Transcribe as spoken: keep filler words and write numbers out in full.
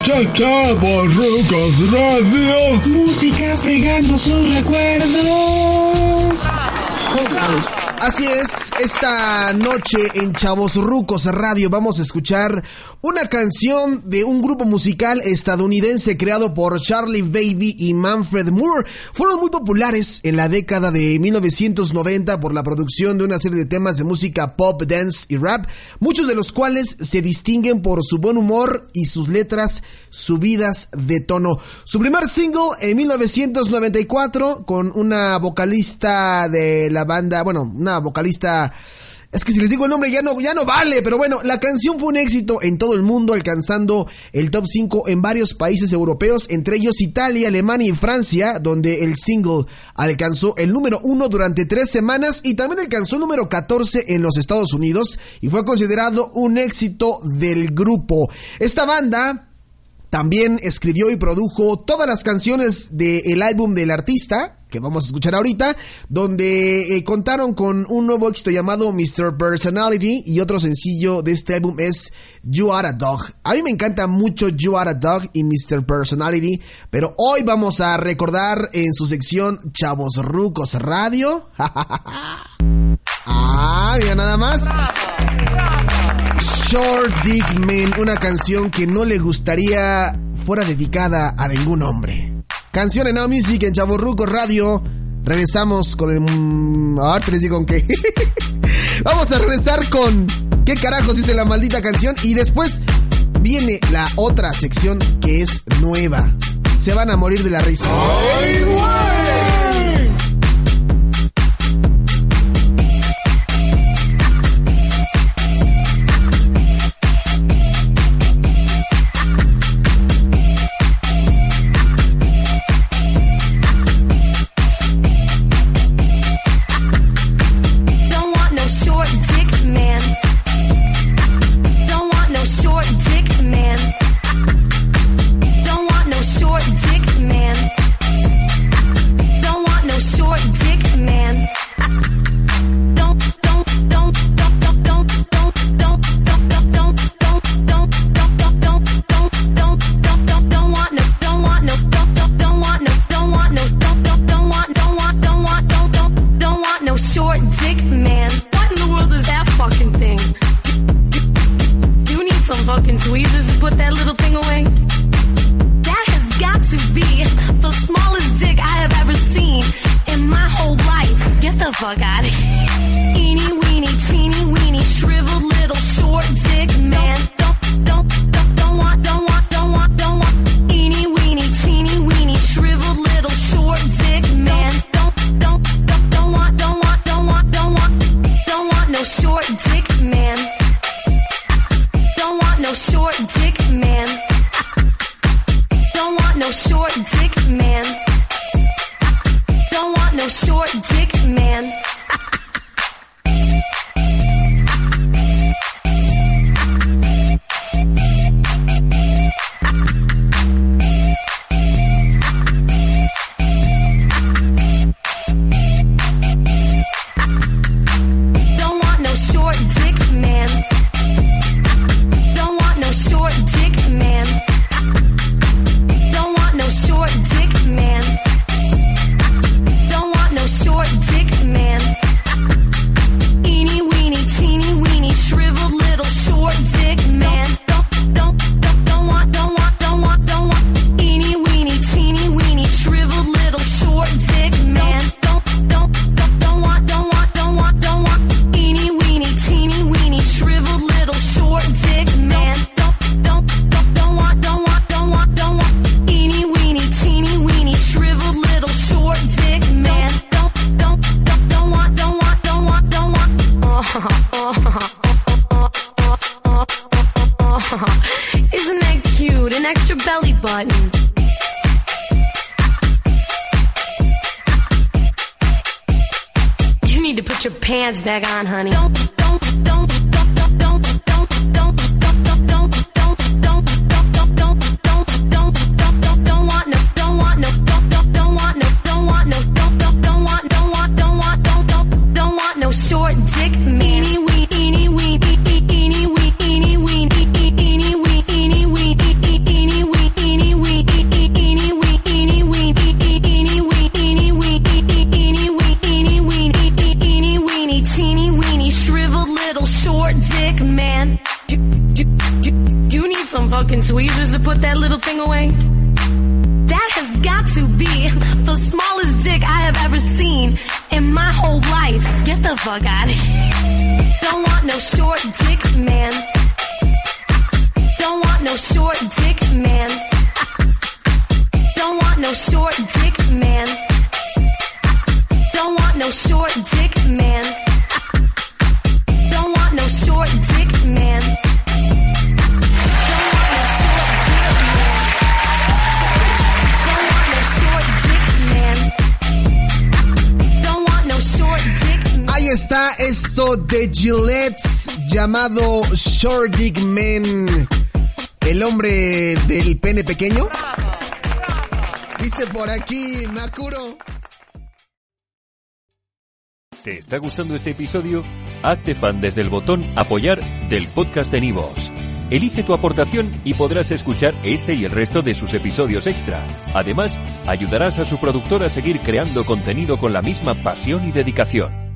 Escucha Chavos Rucos Radio. Música fregando sus recuerdos. Así es, esta noche en Chavos Rucos Radio vamos a escuchar una canción de un grupo musical estadounidense creado por Charlie Baby y Manfred Moore. Fueron muy populares en la década de mil novecientos noventa por la producción de una serie de temas de música pop, dance y rap, muchos de los cuales se distinguen por su buen humor y sus letras subidas de tono. Su primer single en mil novecientos noventa y cuatro con una vocalista de la banda, bueno, una vocalista, es que si les digo el nombre ya no, ya no vale, pero bueno, la canción fue un éxito en todo el mundo, alcanzando el top cinco en varios países europeos, entre ellos Italia, Alemania y Francia, donde el single alcanzó el número uno durante tres semanas y también alcanzó el número catorce en los Estados Unidos y fue considerado un éxito del grupo. Esta banda también escribió y produjo todas las canciones del álbum del artista, que vamos a escuchar ahorita, donde eh, contaron con un nuevo éxito llamado mister Personality, y otro sencillo de este álbum es You Are a Dog. A mí me encanta mucho You Are a Dog y mister Personality, pero hoy vamos a recordar en su sección Chavos Rucos Radio. Ah, mira nada más. Short Dick Man, una canción que no le gustaría fuera dedicada a ningún hombre. Canción en Now Music en Chavos Rucos Radio. Regresamos con el... Ahora te les digo con qué. Vamos a regresar con ¿qué carajos dice la maldita canción? Y después viene la otra sección que es nueva. Se van a morir de la risa. ¡Ay, güey! Back on, honey. Don't, don't, don't, don't, don't, don't, don't, don't, don't, don't, don't, don't, don't want no, don't want no, don't, don't want no, don't want no, don't, don't want, don't want, don't want, don't, don't want no short dick man. Eeny wee, eeny wee, eeny wee, eeny wee, eeny wee, eeny wee, eeny wee, scissors to put that little thing away? That has got to be the smallest dick I have ever seen in my whole life. Get the fuck out of here. Don't want no short dick, man. Don't want no short dick, man. Don't want no short dick, man. Don't want no short dick, man. Don't want no short dick, man. Ahí está esto de Gillette llamado Short Dick Man, el hombre del pene pequeño. Dice por aquí, Makuro. ¿Te está gustando este episodio? Hazte fan desde el botón Apoyar del podcast de Nivos. Elige tu aportación y podrás escuchar este y el resto de sus episodios extra. Además, ayudarás a su productor a seguir creando contenido con la misma pasión y dedicación.